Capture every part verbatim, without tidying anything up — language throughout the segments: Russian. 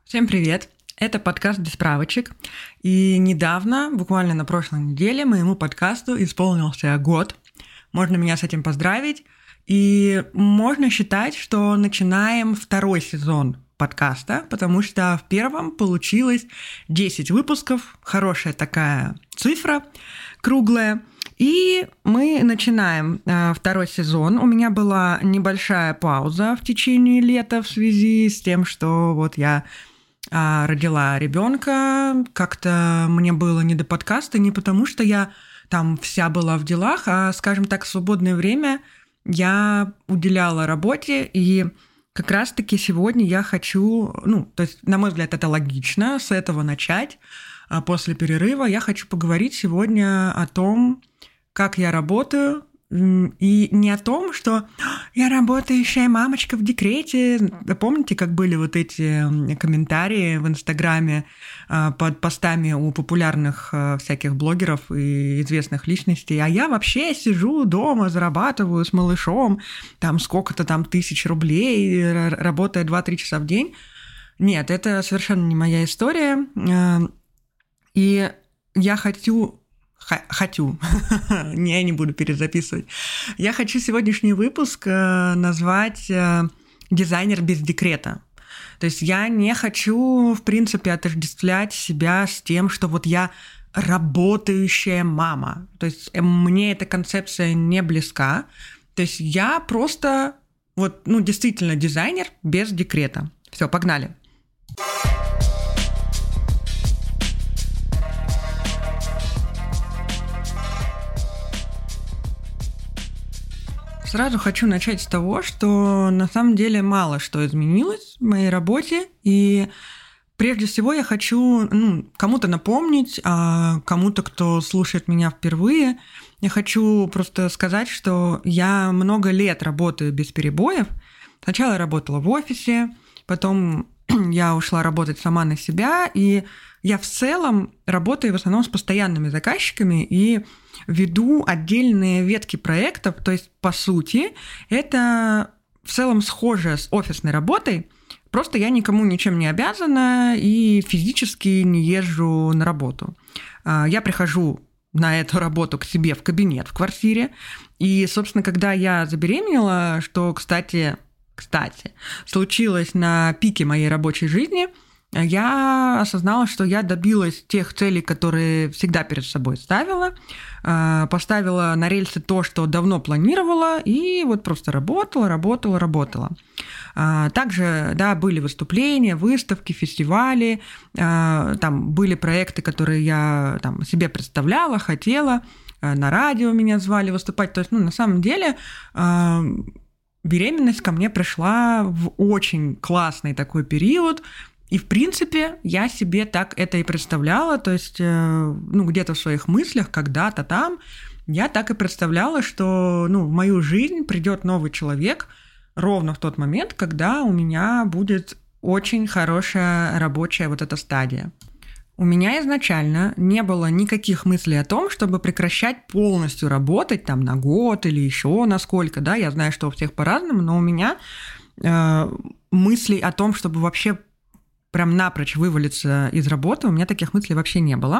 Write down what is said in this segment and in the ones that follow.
Всем привет! Это подкаст «Без справочек». И недавно, буквально на прошлой неделе, моему подкасту исполнился год. Можно меня с этим поздравить. И можно считать, что начинаем второй сезон подкаста, потому что в первом получилось десять выпусков. Хорошая такая цифра, круглая. И мы начинаем э, второй сезон. У меня была небольшая пауза в течение лета в связи с тем, что вот я э, родила ребенка. Как-то мне было не до подкаста, не потому что я там вся была в делах, а, скажем так, в свободное время я уделяла работе. И как раз-таки сегодня я хочу, ну, то есть, на мой взгляд, это логично, с этого начать. А после перерыва я хочу поговорить сегодня о том, как я работаю, и не о том, что я работающая мамочка в декрете. Помните, как были вот эти комментарии в Инстаграме под постами у популярных всяких блогеров и известных личностей? А я вообще сижу дома, зарабатываю с малышом, там сколько-то там тысяч рублей, работая два-три часа в день. Нет, это совершенно не моя история. И я хочу... Хочу. не, я не буду перезаписывать. Я хочу сегодняшний выпуск назвать «Дизайнер без декрета». То есть я не хочу, в принципе, отождествлять себя с тем, что вот я работающая мама. То есть мне эта концепция не близка. То есть я просто вот, ну, действительно дизайнер без декрета. Все, погнали. Сразу хочу начать с того, что на самом деле мало что изменилось в моей работе, и прежде всего я хочу ну, кому-то напомнить, а кому-то, кто слушает меня впервые, я хочу просто сказать, что я много лет работаю без перебоев. Сначала я работала в офисе, потом я ушла работать сама на себя, и я в целом работаю в основном с постоянными заказчиками и веду отдельные ветки проектов, то есть, по сути, это в целом схоже с офисной работой, просто я никому ничем не обязана и физически не езжу на работу. Я прихожу на эту работу к себе в кабинет в квартире, и, собственно, когда я забеременела, что, кстати, кстати, случилось на пике моей рабочей жизни, я осознала, что я добилась тех целей, которые всегда перед собой ставила, поставила на рельсы то, что давно планировала, и вот просто работала, работала, работала. Также, да, были выступления, выставки, фестивали, там были проекты, которые я там себе представляла, хотела, на радио меня звали выступать. То есть, ну, на самом деле, беременность ко мне пришла в очень классный такой период. И, в принципе, я себе так это и представляла, то есть, ну, где-то в своих мыслях, когда-то там, я так и представляла, что, ну, в мою жизнь придет новый человек ровно в тот момент, когда у меня будет очень хорошая рабочая вот эта стадия. У меня изначально не было никаких мыслей о том, чтобы прекращать полностью работать там на год или еще на сколько, да, я знаю, что у всех по-разному, но у меня э, мыслей о том, чтобы вообще прям напрочь вывалиться из работы, у меня таких мыслей вообще не было.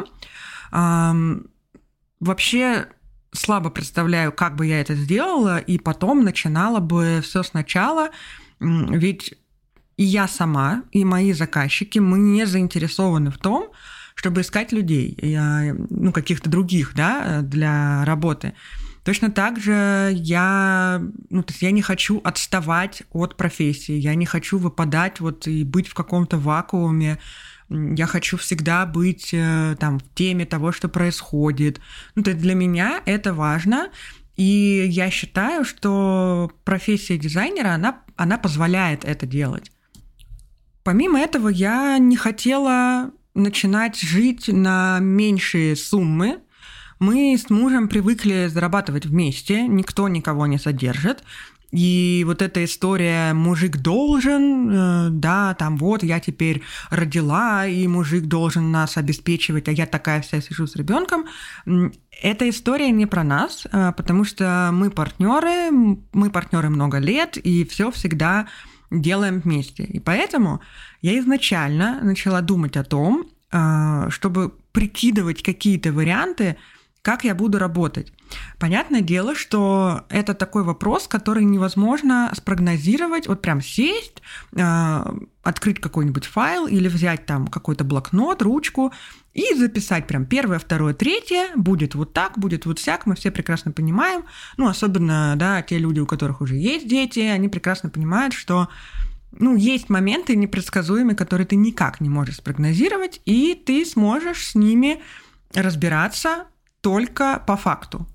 Вообще слабо представляю, как бы я это сделала, и потом начинала бы все сначала, ведь и я сама, и мои заказчики, мы не заинтересованы в том, чтобы искать людей, ну, каких-то других, да, для работы. Точно так же я, ну, то есть я не хочу отставать от профессии, я не хочу выпадать вот и быть в каком-то вакууме, я хочу всегда быть там в теме того, что происходит. Ну, то есть для меня это важно, и я считаю, что профессия дизайнера, она, она позволяет это делать. Помимо этого, я не хотела начинать жить на меньшие суммы. Мы с мужем привыкли зарабатывать вместе, никто никого не содержит. И вот эта история «мужик должен», да, там вот я теперь родила, и мужик должен нас обеспечивать, а я такая вся сижу с ребенком. Эта история не про нас, потому что мы партнеры, мы партнеры много лет, и все всегда делаем вместе. И поэтому я изначально начала думать о том, чтобы прикидывать какие-то варианты, как я буду работать. Понятное дело, что это такой вопрос, который невозможно спрогнозировать, вот прям сесть, открыть какой-нибудь файл или взять там какой-то блокнот, ручку и записать прям первое, второе, третье, будет вот так, будет вот сяк, мы все прекрасно понимаем, ну, особенно, да, те люди, у которых уже есть дети, они прекрасно понимают, что ну, есть моменты непредсказуемые, которые ты никак не можешь спрогнозировать, и ты сможешь с ними разбираться только по факту.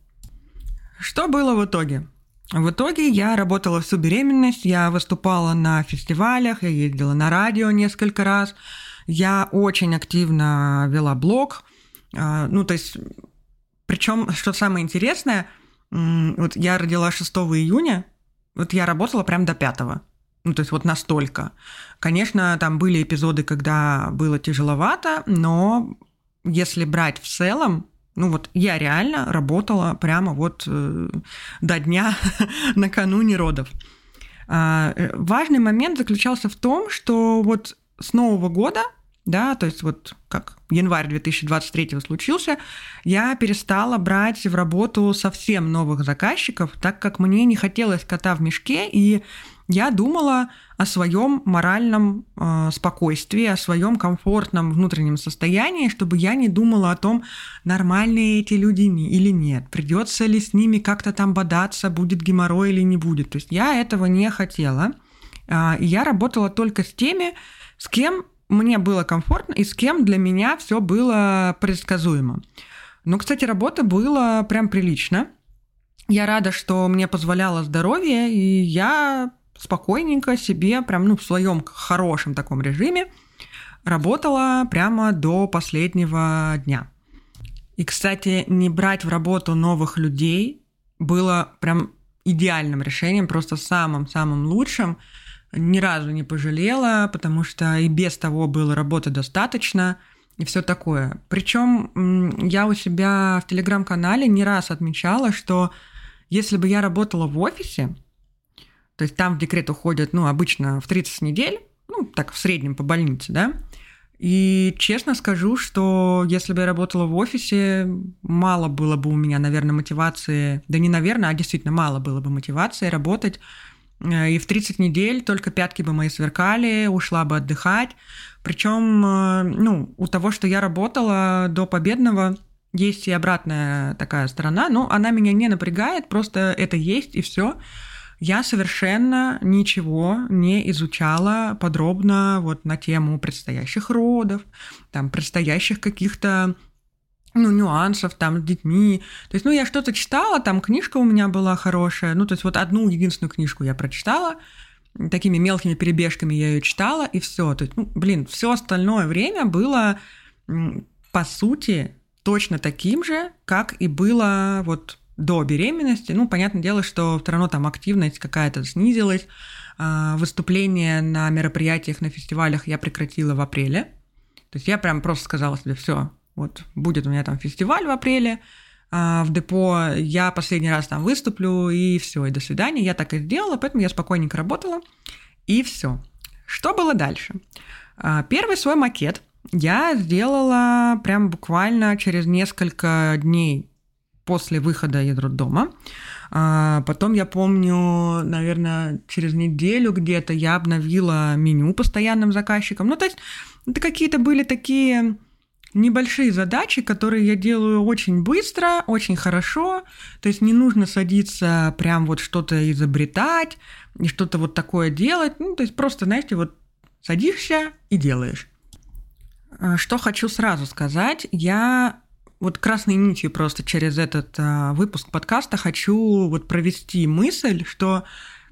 Что было в итоге? В итоге я работала всю беременность, я выступала на фестивалях, я ездила на радио несколько раз, я очень активно вела блог. Ну, то есть, причем, что самое интересное, вот я родила шестого июня, вот я работала прям до пятого. Ну, то есть вот настолько. Конечно, там были эпизоды, когда было тяжеловато, но если брать в целом, ну вот я реально работала прямо вот э, до дня накануне родов. А, важный момент заключался в том, что вот с Нового года, да, то есть вот как январь две тысячи двадцать третьего случился, я перестала брать в работу совсем новых заказчиков, так как мне не хотелось кота в мешке, и я думала о своем моральном э, спокойствии, о своем комфортном внутреннем состоянии, чтобы я не думала о том, нормальные эти люди или нет, придется ли с ними как-то там бодаться, будет геморрой или не будет. То есть я этого не хотела. Э, и я работала только с теми, с кем мне было комфортно и с кем для меня все было предсказуемо. Ну, кстати, работа была прям прилично. Я рада, что мне позволяло здоровье, и я спокойненько себе, прям ну, в своем хорошем таком режиме работала прямо до последнего дня. И, кстати, не брать в работу новых людей было прям идеальным решением, просто самым-самым лучшим. Ни разу не пожалела, потому что и без того было работы достаточно, и все такое. Причем я у себя в Телеграм-канале не раз отмечала, что если бы я работала в офисе, то есть там в декрет уходят, ну, обычно в тридцать недель, ну, так в среднем по больнице, да, и честно скажу, что если бы я работала в офисе, мало было бы у меня, наверное, мотивации, да не наверное, а действительно мало было бы мотивации работать, и в тридцать недель только пятки бы мои сверкали, ушла бы отдыхать. Причем, ну, у того, что я работала до победного, есть и обратная такая сторона, но она меня не напрягает, просто это есть и все. Я совершенно ничего не изучала подробно вот на тему предстоящих родов, там, предстоящих каких-то ну, нюансов там с детьми. То есть, ну, я что-то читала, там книжка у меня была хорошая, ну, то есть вот одну единственную книжку я прочитала, такими мелкими перебежками я ее читала, и все. То есть, ну, блин, все остальное время было, по сути, точно таким же, как и было вот до беременности. Ну, понятное дело, что все равно там активность какая-то снизилась. Выступления на мероприятиях, на фестивалях я прекратила в апреле. То есть я прям просто сказала себе, все, вот будет у меня там фестиваль в апреле, в депо, я последний раз там выступлю, и все, и до свидания. Я так и сделала, поэтому я спокойненько работала, и все. Что было дальше? Первый свой макет я сделала прям буквально через несколько дней после выхода из роддома. Потом, я помню, наверное, через неделю где-то я обновила меню постоянным заказчикам. Ну, то есть это какие-то были такие небольшие задачи, которые я делаю очень быстро, очень хорошо. То есть не нужно садиться прям вот что-то изобретать и что-то вот такое делать. Ну, то есть просто, знаете, вот садишься и делаешь. Что хочу сразу сказать, я вот красной нитью просто через этот а, выпуск подкаста хочу вот провести мысль, что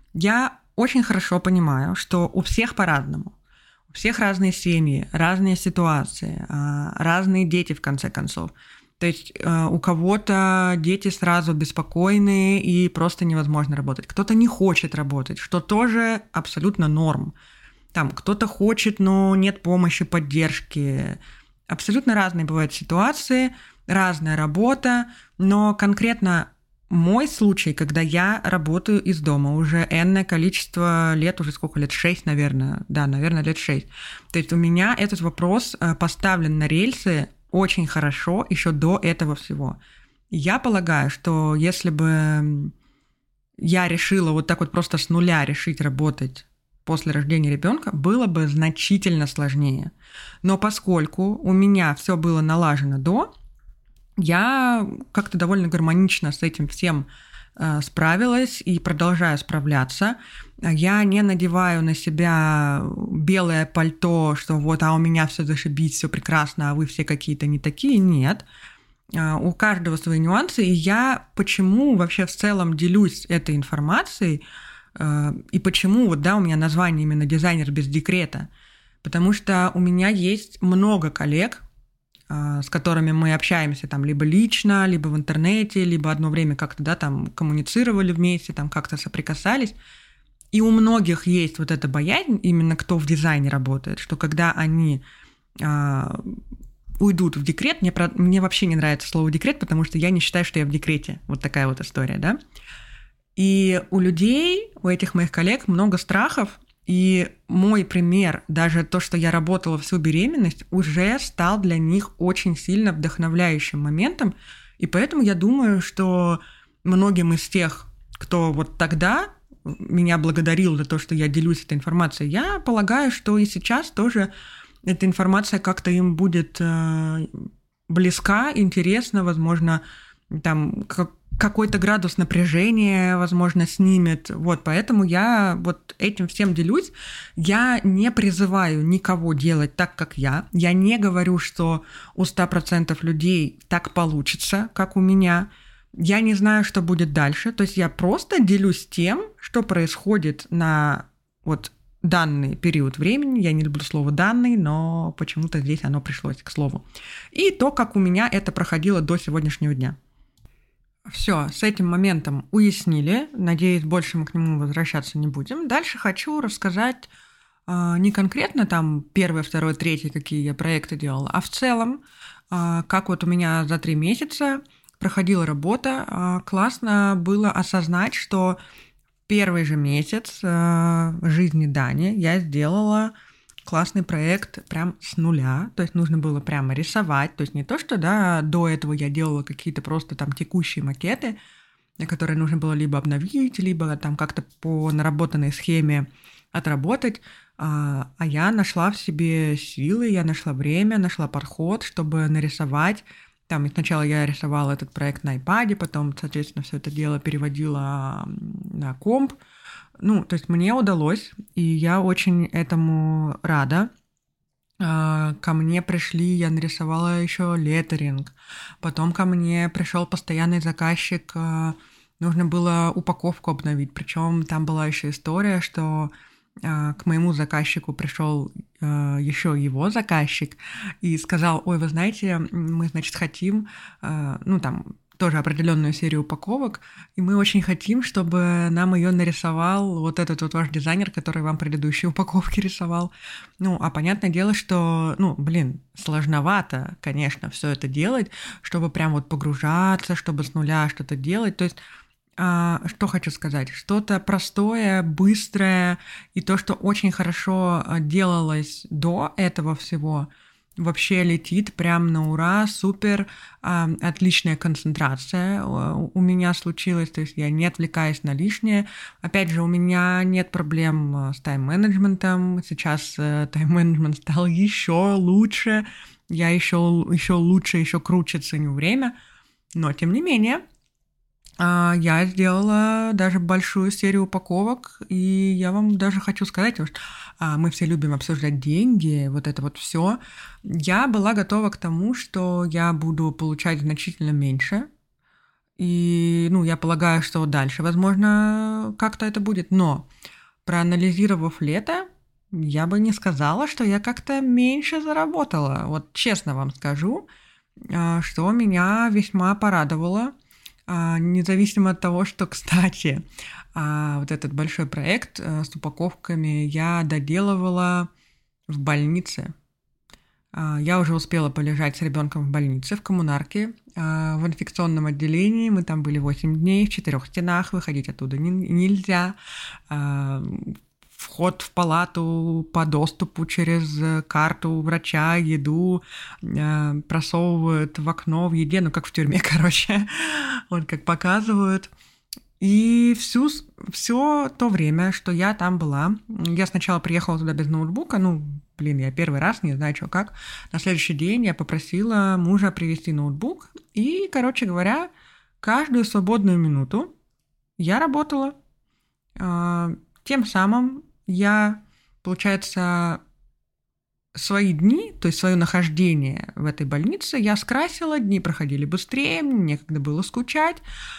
я очень хорошо понимаю, что у всех по-разному. У всех разные семьи, разные ситуации, а, разные дети, в конце концов. То есть а, у кого-то дети сразу беспокойные и просто невозможно работать. Кто-то не хочет работать, что тоже абсолютно норм. Там кто-то хочет, но нет помощи, поддержки. Абсолютно разные бывают ситуации, разная работа, но конкретно мой случай, когда я работаю из дома уже энное количество лет, уже сколько лет? Шесть, наверное. Да, наверное, лет шесть. То есть у меня этот вопрос поставлен на рельсы очень хорошо еще до этого всего. Я полагаю, что если бы я решила вот так вот просто с нуля решить работать после рождения ребенка, было бы значительно сложнее. Но поскольку у меня все было налажено до, я как-то довольно гармонично с этим всем э, справилась и продолжаю справляться. Я не надеваю на себя белое пальто, что вот, а у меня все зашибись, все прекрасно, а вы все какие-то не такие. Нет. Э, у каждого свои нюансы. И я почему вообще в целом делюсь этой информацией, э, и почему вот, да, у меня название именно «Дизайнер без декрета». Потому что у меня есть много коллег, с которыми мы общаемся там либо лично, либо в интернете, либо одно время как-то, да, там коммуницировали вместе, там как-то соприкасались. И у многих есть вот эта боязнь, именно кто в дизайне работает, что когда они а, уйдут в декрет, мне, мне вообще не нравится слово «декрет», потому что я не считаю, что я в декрете. Вот такая вот история, да. И у людей, у этих моих коллег много страхов. И мой пример, даже то, что я работала всю беременность, уже стал для них очень сильно вдохновляющим моментом. И поэтому я думаю, что многим из тех, кто вот тогда меня благодарил за то, что я делюсь этой информацией, я полагаю, что и сейчас тоже эта информация как-то им будет близка, интересна, возможно, там какой-то градус напряжения, возможно, снимет. Вот, поэтому я вот этим всем делюсь. Я не призываю никого делать так, как я. Я не говорю, что у ста процентов людей так получится, как у меня. Я не знаю, что будет дальше. То есть я просто делюсь тем, что происходит на вот данный период времени. Я не люблю слово «данный», но почему-то здесь оно пришлось к слову. И то, как у меня это проходило до сегодняшнего дня. Все, с этим моментом уяснили. Надеюсь, больше мы к нему возвращаться не будем. Дальше хочу рассказать э, не конкретно там первый, второй, третий, какие я проекты делала, а в целом, э, как вот у меня за три месяца проходила работа. Э, классно было осознать, что первый же месяц э, жизни Дани я сделала классный проект прям с нуля, то есть нужно было прямо рисовать, то есть не то, что, да, до этого я делала какие-то просто там текущие макеты, которые нужно было либо обновить, либо там как-то по наработанной схеме отработать, а, а я нашла в себе силы, я нашла время, нашла подход, чтобы нарисовать. Там сначала я рисовала этот проект на iPad, потом, соответственно, все это дело переводила на комп. Ну, то есть мне удалось, и я очень этому рада. Ко мне пришли, я нарисовала еще леттеринг. Потом ко мне пришел постоянный заказчик, нужно было упаковку обновить. Причем там была еще история, что к моему заказчику пришел еще его заказчик и сказал: ой, вы знаете, мы, значит, хотим, ну, там, тоже определенную серию упаковок, и мы очень хотим, чтобы нам ее нарисовал вот этот вот ваш дизайнер, который вам предыдущие упаковки рисовал. Ну, а понятное дело, что, ну, блин, сложновато, конечно, все это делать, чтобы прям вот погружаться, чтобы с нуля что-то делать. То есть, а, что хочу сказать, что-то простое, быстрое, и то, что очень хорошо делалось до этого всего, вообще летит прям на ура, супер, э, отличная концентрация у меня случилась, то есть я не отвлекаюсь на лишнее. Опять же, у меня нет проблем с тайм-менеджментом, сейчас э, тайм-менеджмент стал еще лучше, я еще, еще лучше, еще круче ценю время, но тем не менее, э, я сделала даже большую серию упаковок, и я вам даже хочу сказать, что мы все любим обсуждать деньги, вот это вот все. Я была готова к тому, что я буду получать значительно меньше. И, ну, я полагаю, что дальше, возможно, как-то это будет. Но, проанализировав лето, я бы не сказала, что я как-то меньше заработала. Вот честно вам скажу, что меня весьма порадовало. Независимо от того, что, кстати, вот этот большой проект с упаковками я доделывала в больнице. Я уже успела полежать с ребенком в больнице, в коммунарке, в инфекционном отделении. Мы там были восемь дней в четырех стенах, выходить оттуда нельзя. Вход в палату по доступу через карту врача, еду просовывают в окно в еде, ну как в тюрьме, короче, вот как показывают. И всю, все то время, что я там была, я сначала приехала туда без ноутбука, ну, блин, я первый раз, не знаю, что как. На следующий день я попросила мужа привезти ноутбук, и, короче говоря, каждую свободную минуту я работала. Тем самым я, получается, свои дни, то есть свое нахождение в этой больнице, я скрасила, дни проходили быстрее, мне некогда было скучать.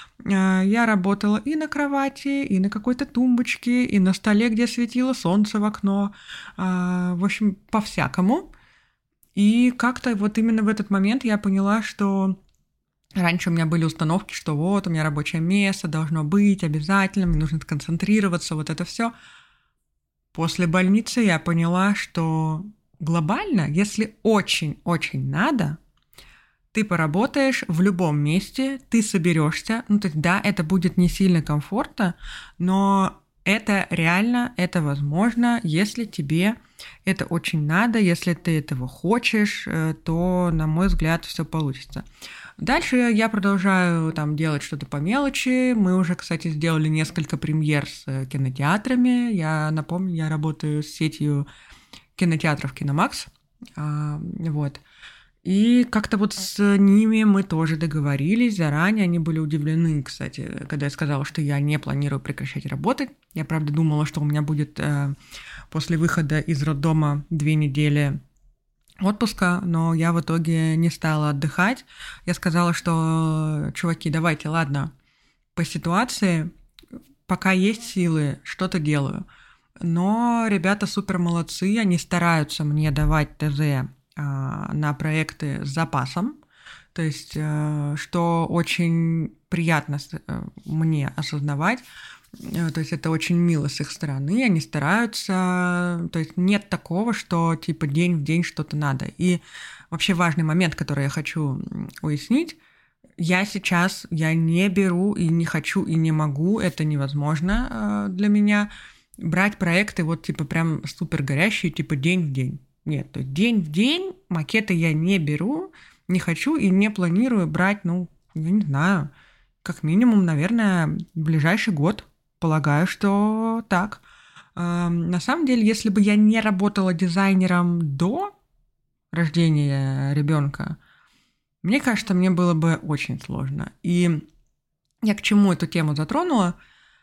Я работала и на кровати, и на какой-то тумбочке, и на столе, где светило солнце в окно. В общем, по-всякому. И как-то вот именно в этот момент я поняла, что раньше у меня были установки, что вот у меня рабочее место должно быть обязательно, мне нужно сконцентрироваться, вот это все. После больницы я поняла, что глобально, если очень-очень надо, ты поработаешь в любом месте, ты соберешься. Ну, то есть, да, это будет не сильно комфортно, но это реально, это возможно, если тебе это очень надо, если ты этого хочешь, то, на мой взгляд, все получится. Дальше я продолжаю там делать что-то по мелочи. Мы уже, кстати, сделали несколько премьер с кинотеатрами. Я напомню, я работаю с сетью кинотеатров Киномакс. Вот. И как-то вот с ними мы тоже договорились заранее. Они были удивлены, кстати, когда я сказала, что я не планирую прекращать работать. Я, правда, думала, что у меня будет э, после выхода из роддома две недели отпуска, но я в итоге не стала отдыхать. Я сказала, что, чуваки, давайте, ладно, по ситуации, пока есть силы, что-то делаю. Но ребята супер молодцы, они стараются мне давать ТЗ на проекты с запасом, то есть что очень приятно мне осознавать, то есть это очень мило с их стороны, они стараются, то есть нет такого, что типа день в день что-то надо. И вообще важный момент, который я хочу уяснить, я сейчас, я не беру и не хочу и не могу, это невозможно для меня, брать проекты вот типа прям супер горящие, типа день в день. Нет, то есть день в день макеты я не беру, не хочу и не планирую брать, ну, я не знаю, как минимум, наверное, в ближайший год. Полагаю, что так. На самом деле, если бы я не работала дизайнером до рождения ребенка, мне кажется, мне было бы очень сложно. И я к чему эту тему затронула?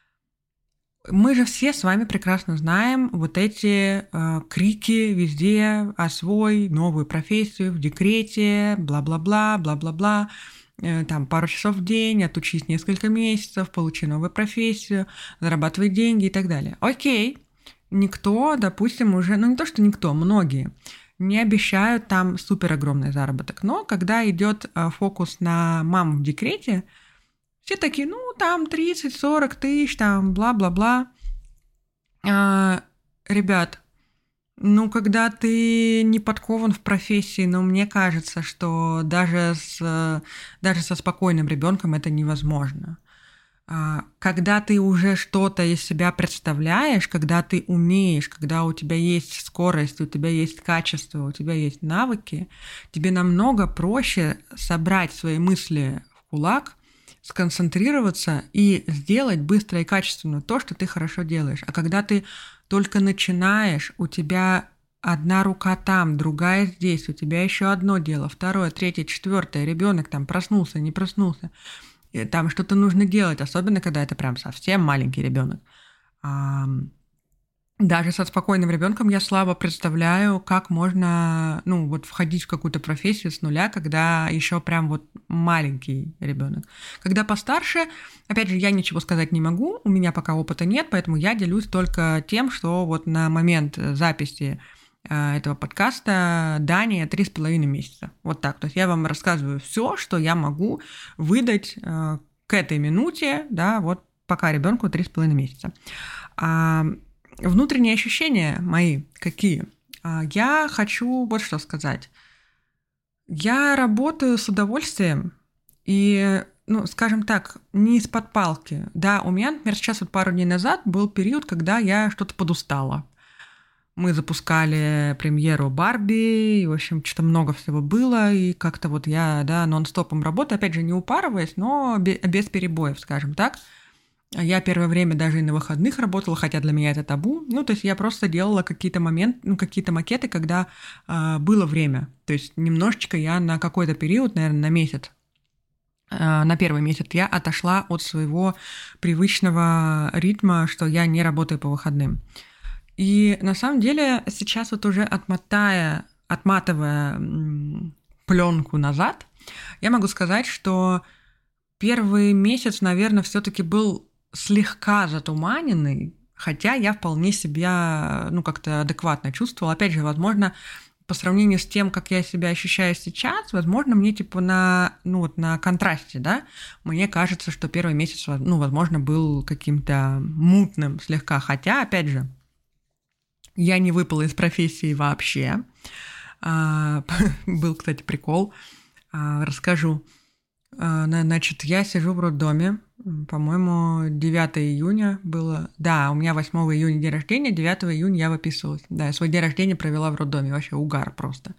Мы же все с вами прекрасно знаем вот эти э, крики везде: освой новую профессию в декрете, бла-бла-бла, бла-бла-бла, э, там пару часов в день, отучись несколько месяцев, получи новую профессию, зарабатывай деньги и так далее. Окей, никто, допустим, уже, ну не то, что никто, многие не обещают там супер огромный заработок, но когда идет э, фокус на мам в декрете, все такие, ну, там тридцать-сорок тысяч, там, бла-бла-бла. А, ребят, ну, когда ты не подкован в профессии, ну, мне кажется, что даже, с, даже со спокойным ребенком это невозможно. А, когда ты уже что-то из себя представляешь, когда ты умеешь, когда у тебя есть скорость, у тебя есть качество, у тебя есть навыки, тебе намного проще собрать свои мысли в кулак, сконцентрироваться и сделать быстро и качественно то, что ты хорошо делаешь. А когда ты только начинаешь, у тебя одна рука там, другая здесь, у тебя еще одно дело, второе, третье, четвертое, ребенок там проснулся, не проснулся, и там что-то нужно делать, особенно когда это прям совсем маленький ребенок. Даже со спокойным ребенком я слабо представляю, как можно, ну, вот входить в какую-то профессию с нуля, когда еще прям вот маленький ребенок. Когда постарше, опять же, я ничего сказать не могу, у меня пока опыта нет, поэтому я делюсь только тем, что вот на момент записи этого подкаста Дане три с половиной месяца. Вот так. То есть я вам рассказываю все, что я могу выдать к этой минуте, да, вот пока ребенку три с половиной месяца. Внутренние ощущения мои какие? Я хочу вот что сказать. Я работаю с удовольствием и, ну, скажем так, не из-под палки. Да, у меня, например, сейчас вот пару дней назад был период, когда я что-то подустала. Мы запускали премьеру Барби, и, в общем, что-то много всего было, и как-то вот я, да, нон-стопом работаю, опять же, не упарываясь, но без перебоев, скажем так. Я первое время даже и на выходных работала, хотя для меня это табу. Ну, то есть я просто делала какие-то моменты, ну, какие-то макеты, когда э, было время. То есть немножечко я на какой-то период, наверное, на месяц, э, на первый месяц я отошла от своего привычного ритма, что я не работаю по выходным. И на самом деле сейчас вот уже отмотая, отматывая пленку назад, я могу сказать, что первый месяц, наверное, все-таки был слегка затуманенный, хотя я вполне себя, ну, как-то адекватно чувствовала. Опять же, возможно, по сравнению с тем, как я себя ощущаю сейчас, возможно, мне типа на, ну, вот на контрасте, да, мне кажется, что первый месяц, ну, возможно, был каким-то мутным слегка, хотя, опять же, я не выпала из профессии вообще. Был, кстати, прикол, расскажу. Значит, я сижу в роддоме, по-моему, девятого июня было. Да, у меня восьмого июня день рождения, девятого июня я выписывалась. Да, я свой день рождения провела в роддоме, вообще угар просто.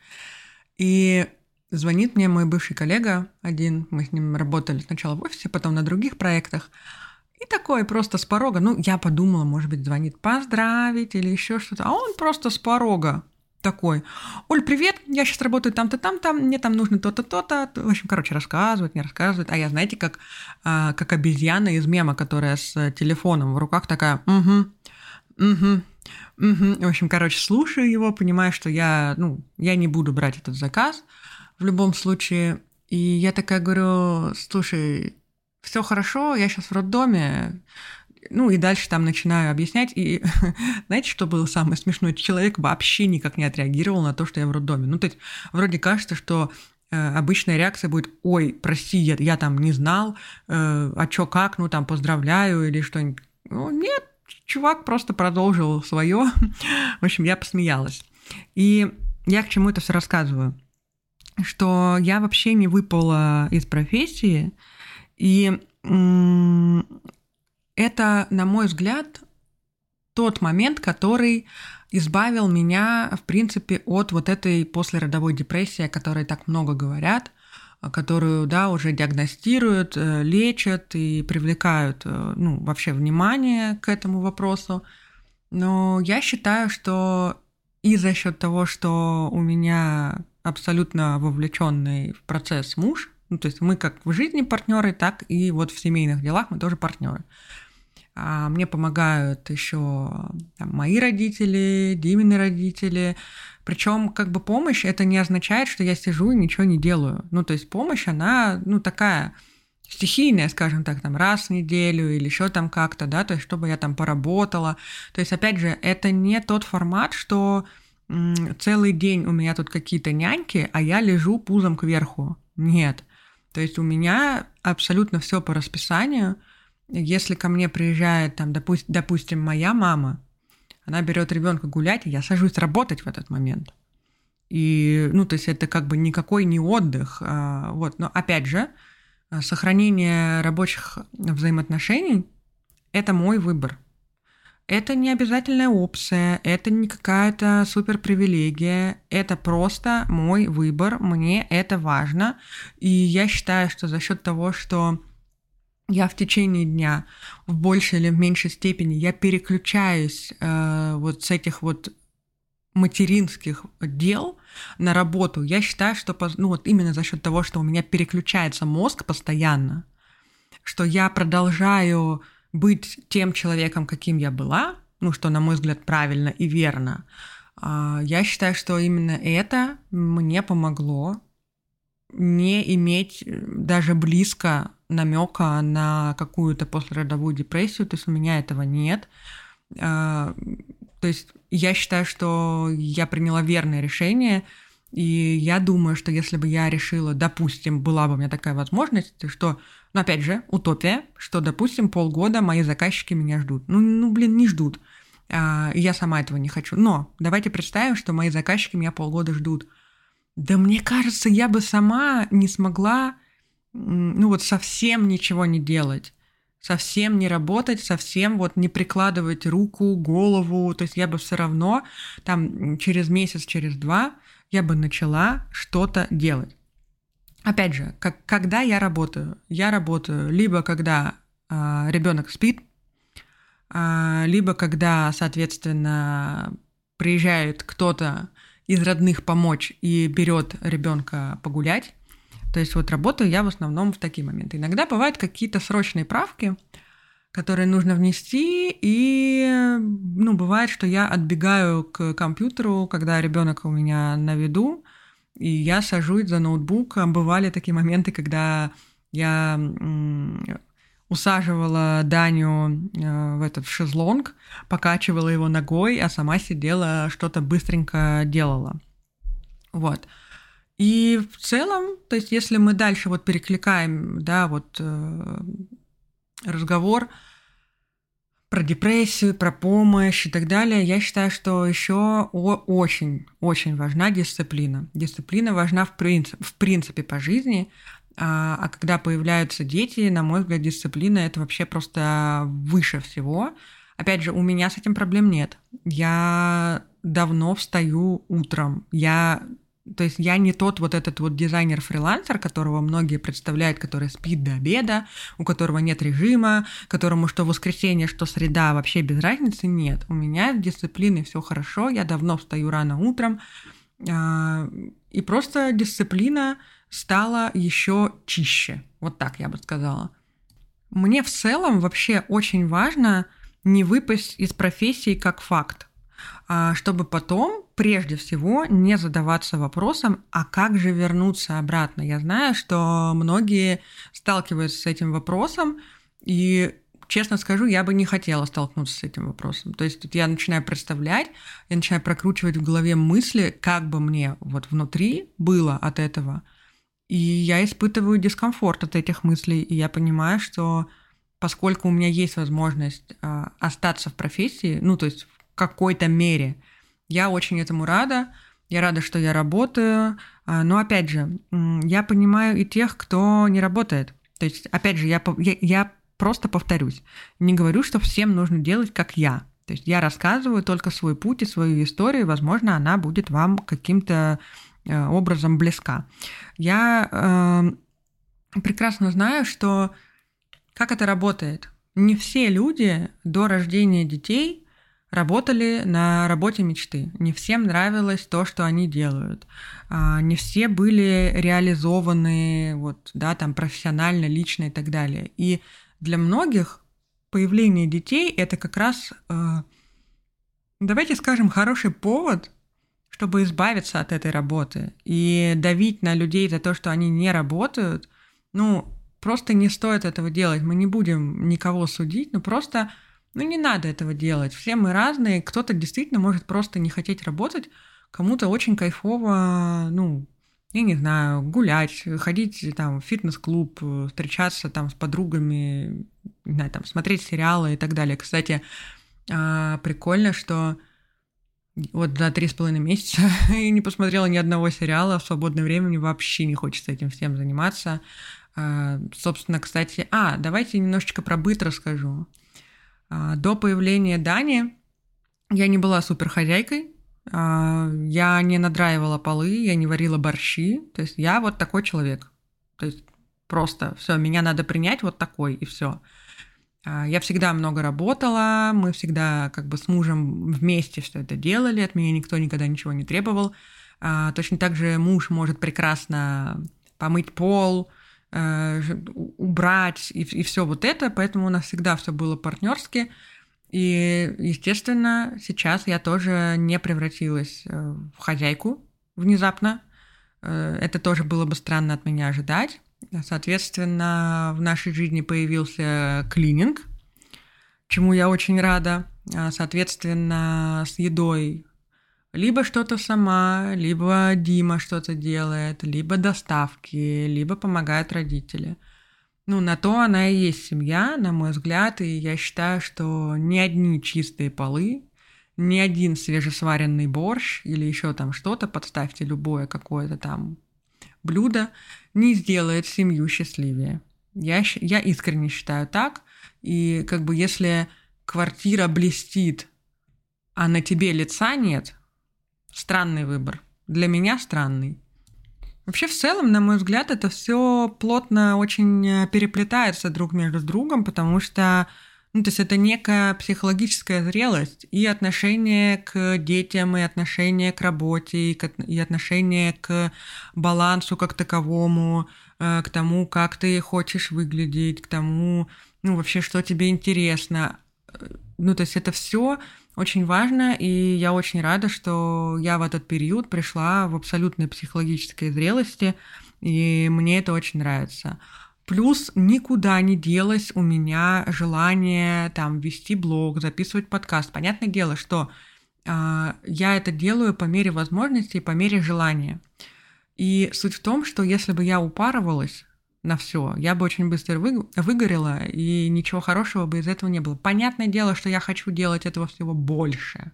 И звонит мне мой бывший коллега один, мы с ним работали сначала в офисе, потом на других проектах. И такой просто с порога, ну, я подумала, может быть, звонит поздравить или еще что-то, а он просто с порога такой: Оль, привет, я сейчас работаю там-то, там-то, мне там нужно то-то, то-то. В общем, короче, рассказывает, не рассказывает. А я, знаете, как, а, как обезьяна из мема, которая с телефоном в руках такая: угу, угу, угу. В общем, короче, слушаю его, понимаю, что я, ну, я не буду брать этот заказ в любом случае. И я такая говорю: слушай, все хорошо, я сейчас в роддоме. Ну, и дальше там начинаю объяснять. И знаете, что было самое смешное? Человек вообще никак не отреагировал на то, что я в роддоме. Ну, то есть вроде кажется, что э, обычная реакция будет: ой, прости, я, я там не знал, э, а чё, как, ну, там, поздравляю или что-нибудь. Ну, нет, чувак просто продолжил свое. В общем, я посмеялась. И я к чему это все рассказываю? Что я вообще не выпала из профессии, и м- это, на мой взгляд, тот момент, который избавил меня, в принципе, от вот этой послеродовой депрессии, о которой так много говорят, которую, да, уже диагностируют, лечат и привлекают, ну, вообще внимание к этому вопросу. Но я считаю, что и за счет того, что у меня абсолютно вовлеченный в процесс муж, ну, то есть мы как в жизни партнеры, так и вот в семейных делах мы тоже партнеры. А мне помогают еще там мои родители, Димины родители. Причем как бы помощь — это не означает, что я сижу и ничего не делаю. Ну, то есть помощь, она, ну, такая стихийная, скажем так, там раз в неделю или еще там как-то, да, то есть чтобы я там поработала. То есть, опять же, это не тот формат, что м- целый день у меня тут какие-то няньки, а я лежу пузом кверху. Нет. То есть у меня абсолютно все по расписанию. Если ко мне приезжает, там, допу- допустим, моя мама, она берет ребенка гулять, и я сажусь работать в этот момент. И, ну, то есть это как бы никакой не отдых. А, вот. Но, опять же, сохранение рабочих взаимоотношений – это мой выбор. Это не обязательная опция, это не какая-то суперпривилегия, это просто мой выбор, мне это важно. И я считаю, что за счет того, что я в течение дня в большей или в меньшей степени я переключаюсь э, вот с этих вот материнских дел на работу, я считаю, что, ну, вот именно за счет того, что у меня переключается мозг постоянно, что я продолжаю быть тем человеком, каким я была, ну, что, на мой взгляд, правильно и верно, э, я считаю, что именно это мне помогло не иметь даже близко намека на какую-то послеродовую депрессию, то есть у меня этого нет. То есть я считаю, что я приняла верное решение, и я думаю, что если бы я решила, допустим, была бы у меня такая возможность, что, ну, опять же, утопия, что, допустим, полгода мои заказчики меня ждут. Ну, ну блин, не ждут. а, и я сама этого не хочу. Но давайте представим, что мои заказчики меня полгода ждут. Да мне кажется, я бы сама не смогла, ну вот совсем ничего не делать, совсем не работать, совсем вот не прикладывать руку, голову. То есть я бы все равно там через месяц, через два я бы начала что-то делать. Опять же, как, когда я работаю? Я работаю либо когда э, ребенок спит, э, либо когда, соответственно, приезжает кто-то из родных помочь и берет ребенка погулять. То есть вот работаю я в основном в такие моменты. Иногда бывают какие-то срочные правки, которые нужно внести, и ну, бывает, что я отбегаю к компьютеру, когда ребенок у меня на виду, и я сажусь за ноутбук. Бывали такие моменты, когда я м, усаживала Даню в этот шезлонг, покачивала его ногой, а сама сидела, что-то быстренько делала. Вот. И в целом, то есть если мы дальше вот перекликаем, да, вот э, разговор про депрессию, про помощь и так далее, я считаю, что еще очень-очень важна дисциплина. Дисциплина важна в, принцип, в принципе по жизни, а, а когда появляются дети, на мой взгляд, дисциплина – это вообще просто выше всего. Опять же, у меня с этим проблем нет. Я давно встаю утром. Я... То есть я не тот вот этот вот дизайнер-фрилансер, которого многие представляют, который спит до обеда, у которого нет режима, которому что воскресенье, что среда, вообще без разницы. Нет, у меня с дисциплиной все хорошо, я давно встаю рано утром, и просто дисциплина стала еще чище, вот так я бы сказала. Мне в целом вообще очень важно не выпасть из профессии как факт, чтобы потом, прежде всего, не задаваться вопросом, а как же вернуться обратно. Я знаю, что многие сталкиваются с этим вопросом, и, честно скажу, я бы не хотела столкнуться с этим вопросом. То есть я начинаю представлять, я начинаю прокручивать в голове мысли, как бы мне вот внутри было от этого, и я испытываю дискомфорт от этих мыслей, и я понимаю, что поскольку у меня есть возможность остаться в профессии, ну, то есть какой-то мере. Я очень этому рада. Я рада, что я работаю. Но, опять же, я понимаю и тех, кто не работает. То есть, опять же, я, я, я просто повторюсь. Не говорю, что всем нужно делать, как я. То есть я рассказываю только свой путь и свою историю. Возможно, она будет вам каким-то образом близка. Я э, прекрасно знаю, что как это работает. Не все люди до рождения детей работали на работе мечты. Не всем нравилось то, что они делают. Не все были реализованы вот, да, там, профессионально, лично и так далее. И для многих появление детей – это как раз, давайте скажем, хороший повод, чтобы избавиться от этой работы. И давить на людей за то, что они не работают, ну, просто не стоит этого делать. Мы не будем никого судить, но просто... Ну, не надо этого делать. Все мы разные. Кто-то действительно может просто не хотеть работать. Кому-то очень кайфово, ну, я не знаю, гулять, ходить там в фитнес-клуб, встречаться там с подругами, не знаю, там, смотреть сериалы и так далее. Кстати, прикольно, что вот за три с половиной месяца я не посмотрела ни одного сериала. В свободное время мне вообще не хочется этим всем заниматься. Собственно, кстати... А, давайте немножечко про быт расскажу. До появления Дани я не была суперхозяйкой, я не надраивала полы, я не варила борщи, то есть я вот такой человек. То есть просто все, меня надо принять вот такой, и все. Я всегда много работала, мы всегда как бы с мужем вместе все это делали, от меня никто никогда ничего не требовал. Точно так же муж может прекрасно помыть пол, убрать и, и все вот это, поэтому у нас всегда все было партнерски. И, естественно, сейчас я тоже не превратилась в хозяйку внезапно. Это тоже было бы странно от меня ожидать. Соответственно, в нашей жизни появился клининг, чему я очень рада. Соответственно, с едой либо что-то сама, либо Дима что-то делает, либо доставки, либо помогают родители. Ну, на то она и есть семья, на мой взгляд, и я считаю, что ни одни чистые полы ни один свежесваренный борщ или еще там что-то, подставьте любое какое-то там блюдо, не сделает семью счастливее. Я, я искренне считаю так. И как бы если квартира блестит, а на тебе лица нет, странный выбор. Для меня странный. Вообще, в целом, на мой взгляд, это все плотно очень переплетается друг между другом, потому что, ну, то есть это некая психологическая зрелость и отношение к детям, и отношение к работе, и отношение к балансу как таковому, к тому, как ты хочешь выглядеть, к тому, ну, вообще, что тебе интересно. Ну, то есть это все очень важно, и я очень рада, что я в этот период пришла в абсолютной психологической зрелости, и мне это очень нравится. Плюс никуда не делось у меня желание там вести блог, записывать подкаст. Понятное дело, что э, я это делаю по мере возможности и по мере желания. И суть в том, что если бы я упарывалась на все, я бы очень быстро вы, выгорела, и ничего хорошего бы из этого не было. Понятное дело, что я хочу делать этого всего больше,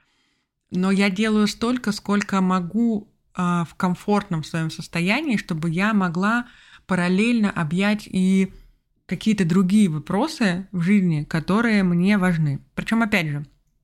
но я делаю столько, сколько могу э, в комфортном своем состоянии, чтобы я могла параллельно объять и какие-то другие вопросы в жизни, которые мне важны. Причем, опять же,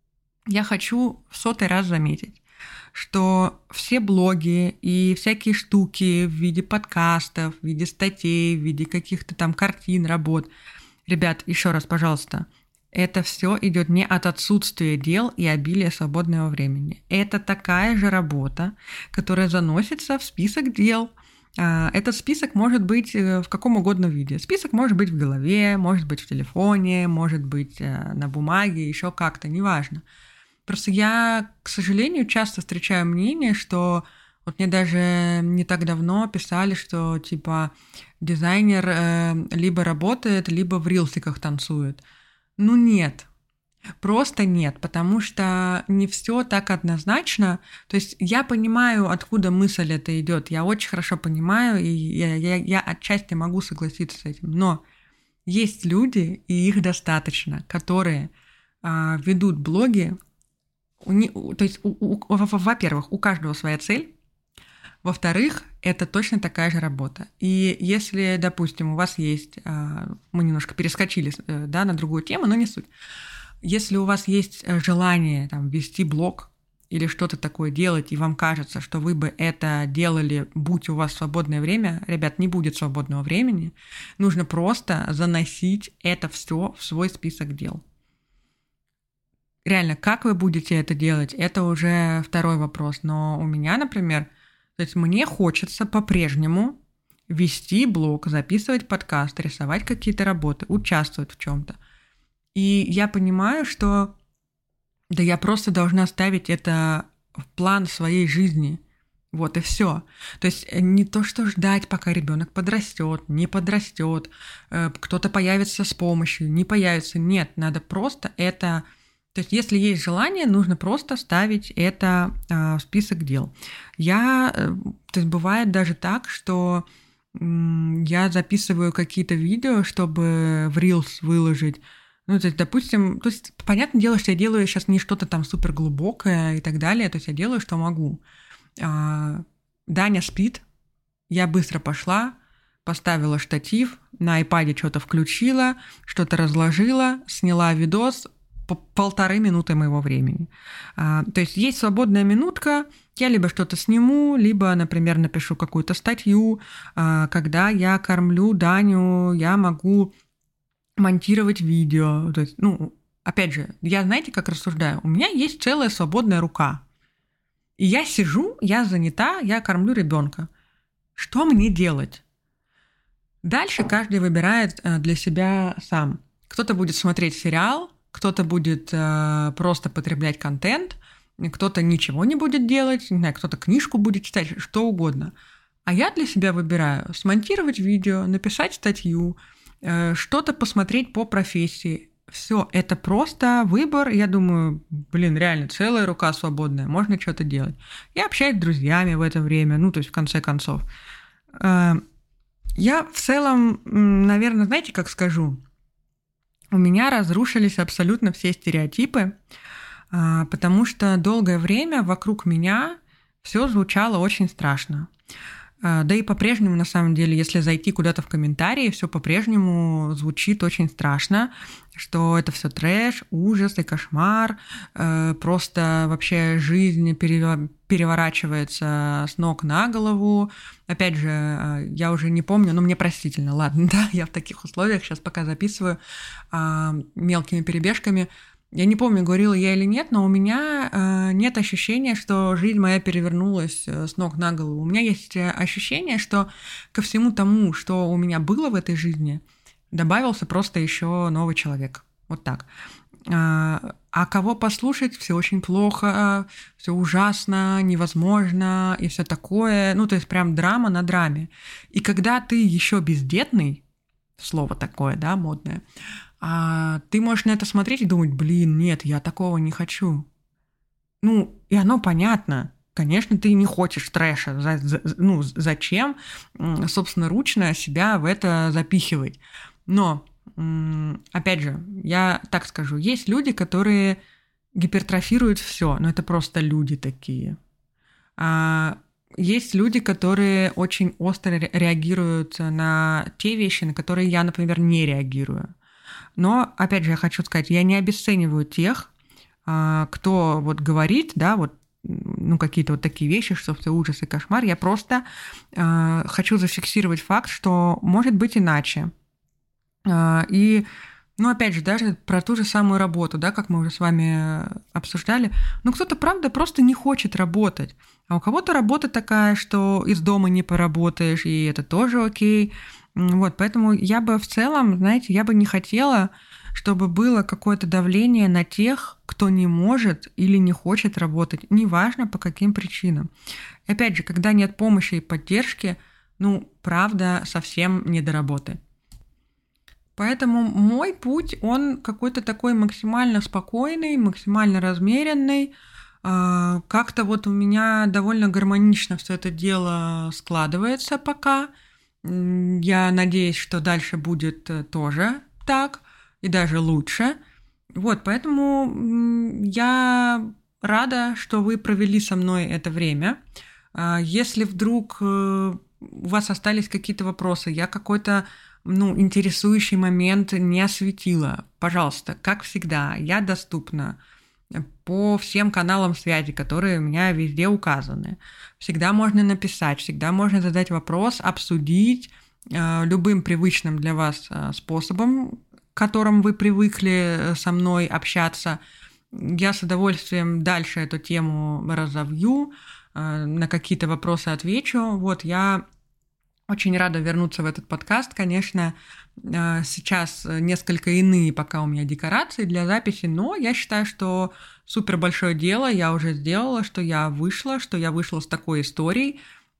я хочу в сотый раз заметить, что все блоги и всякие штуки в виде подкастов, в виде статей, в виде каких-то там картин, работ. Ребят, еще раз, пожалуйста, это все идет не от отсутствия дел и обилия свободного времени. Это такая же работа, которая заносится в список дел. Этот список может быть в каком угодно виде. Список может быть в голове, может быть в телефоне, может быть на бумаге, еще как-то, неважно. Просто я, к сожалению, часто встречаю мнение, что вот мне даже не так давно писали, что типа дизайнер э, либо работает, либо в рилсиках танцует. Ну нет, просто нет, потому что не все так однозначно. То есть я понимаю, откуда мысль эта идет, я очень хорошо понимаю, и я, я, я отчасти могу согласиться с этим. Но есть люди, и их достаточно, которые э, ведут блоги. У не, то есть, у, у, во-первых, у каждого своя цель. Во-вторых, это точно такая же работа. И если, допустим, у вас есть... Мы немножко перескочили, да, на другую тему, но не суть. Если у вас есть желание там, вести блог или что-то такое делать, и вам кажется, что вы бы это делали, будь у вас свободное время, ребят, не будет свободного времени. Нужно просто заносить это все в свой список дел. Реально, как вы будете это делать, это уже второй вопрос. Но у меня, например, то есть мне хочется по-прежнему вести блог, записывать подкаст, рисовать какие-то работы, участвовать в чем-то. И я понимаю, что да я просто должна ставить это в план своей жизни. Вот и все. То есть не то, что ждать, пока ребенок подрастет, не подрастет, кто-то появится с помощью, не появится. Нет, надо просто это... То есть, если есть желание, нужно просто ставить это э, в список дел. Я, э, то есть, бывает даже так, что э, я записываю какие-то видео, чтобы в Reels выложить. Ну, то есть, допустим, то есть, понятное дело, что я делаю сейчас не что-то там супер глубокое и так далее, то есть, я делаю, что могу. Э, Даня спит, я быстро пошла, поставила штатив, на iPad что-то включила, что-то разложила, сняла видос, полторы минуты моего времени. А, то есть есть свободная минутка, я либо что-то сниму, либо, например, напишу какую-то статью. А, когда я кормлю Даню, я могу монтировать видео. То есть, ну, опять же, я, знаете, как рассуждаю? У меня есть целая свободная рука. И я сижу, я занята, я кормлю ребенка. Что мне делать? Дальше каждый выбирает для себя сам. Кто-то будет смотреть сериал, кто-то будет э, просто потреблять контент, кто-то ничего не будет делать, не знаю, кто-то книжку будет читать, что угодно. А я для себя выбираю смонтировать видео, написать статью, э, что-то посмотреть по профессии. Все, это просто выбор. Я думаю, блин, реально, целая рука свободная, можно что-то делать. Я общаюсь с друзьями в это время, ну, то есть в конце концов. Э, я в целом, наверное, знаете, как скажу, у меня разрушились абсолютно все стереотипы потому что долгое время вокруг меня все звучало очень страшно. Да и по-прежнему, на самом деле, если зайти куда-то в комментарии, все по-прежнему звучит очень страшно, что это все трэш, ужас и кошмар, просто вообще жизнь переворачивается с ног на голову. Опять же, я уже не помню, но мне простительно, ладно, да, я в таких условиях сейчас пока записываю мелкими перебежками. Я не помню, говорила я или нет, но у меня э, нет ощущения, что жизнь моя перевернулась э, с ног на голову. У меня есть ощущение, что ко всему тому, что у меня было в этой жизни, добавился просто еще новый человек. Вот так. А, а кого послушать, все очень плохо, все ужасно, невозможно и все такое. Ну, то есть прям драма на драме. И когда ты еще бездетный, слово такое, да, модное, а ты можешь на это смотреть и думать, блин, нет, я такого не хочу. Ну, и оно понятно. Конечно, ты не хочешь трэша. За, за, ну, зачем, собственноручно себя в это запихивать? Но, опять же, я так скажу, есть люди, которые гипертрофируют все, но это просто люди такие. А есть люди, которые очень остро реагируют на те вещи, на которые я, например, не реагирую. Но, опять же, я хочу сказать, я не обесцениваю тех, кто вот говорит, да, вот, ну, какие-то вот такие вещи, что все ужас и кошмар. Я просто хочу зафиксировать факт, что может быть иначе. И, ну, опять же, даже про ту же самую работу, да, как мы уже с вами обсуждали, ну, кто-то, правда, просто не хочет работать. А у кого-то работа такая, что из дома не поработаешь, и это тоже окей. Вот, поэтому я бы в целом, знаете, я бы не хотела, чтобы было какое-то давление на тех, кто не может или не хочет работать, неважно по каким причинам. И опять же, когда нет помощи и поддержки, ну, правда, совсем не до работы. Поэтому мой путь, он какой-то такой максимально спокойный, максимально размеренный. Как-то вот у меня довольно гармонично все это дело складывается пока. Я надеюсь, что дальше будет тоже так, и даже лучше. Вот, поэтому я рада, что вы провели со мной это время. Если вдруг у вас остались какие-то вопросы, я какой-то, ну, интересующий момент не осветила, пожалуйста, как всегда, я доступна по всем каналам связи, которые у меня везде указаны. Всегда можно написать, всегда можно задать вопрос, обсудить э, любым привычным для вас э, способом, к которым вы привыкли со мной общаться. Я с удовольствием дальше эту тему разовью, э, на какие-то вопросы отвечу. Вот, я очень рада вернуться в этот подкаст. Конечно, сейчас несколько иные пока у меня декорации для записи, но я считаю, что супер большое дело я уже сделала, что я вышла, что я вышла с такой историей.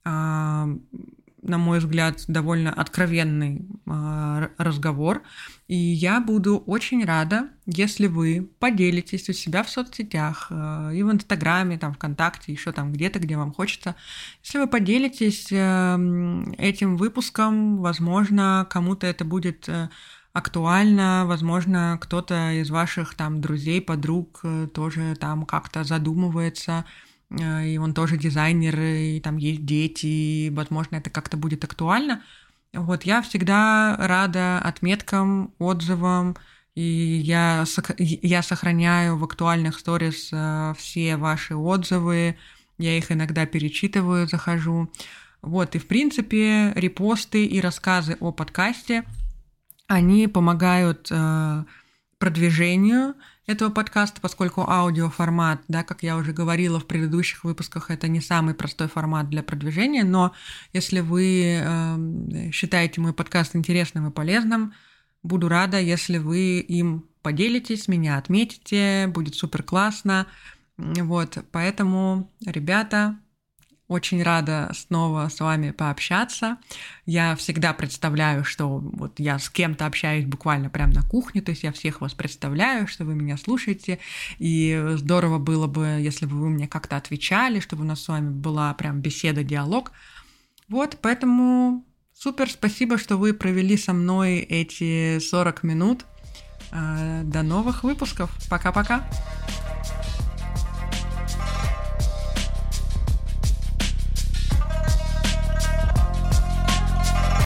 На мой взгляд, довольно откровенный разговор. И я буду очень рада, если вы поделитесь у себя в соцсетях, и в Инстаграме, там, ВКонтакте, еще там где-то, где вам хочется. Если вы поделитесь этим выпуском, возможно, кому-то это будет актуально, возможно, кто-то из ваших там друзей, подруг тоже там как-то задумывается, и он тоже дизайнер, и там есть дети, и, возможно, это как-то будет актуально. Вот, я всегда рада отметкам, отзывам, и я, я сохраняю в актуальных сторис все ваши отзывы, я их иногда перечитываю, захожу. Вот, и, в принципе, репосты и рассказы о подкасте, они помогают продвижению этого подкаста, поскольку аудиоформат, да, как я уже говорила в предыдущих выпусках, это не самый простой формат для продвижения, но если вы э, считаете мой подкаст интересным и полезным, буду рада, если вы им поделитесь, меня отметите, будет супер классно. Вот, поэтому, ребята, очень рада снова с вами пообщаться. Я всегда представляю, что вот я с кем-то общаюсь буквально прямо на кухне, то есть я всех вас представляю, что вы меня слушаете, и здорово было бы, если бы вы мне как-то отвечали, чтобы у нас с вами была прям беседа, диалог. Вот, поэтому супер, спасибо, что вы провели со мной эти сорок минут. До новых выпусков. Пока-пока.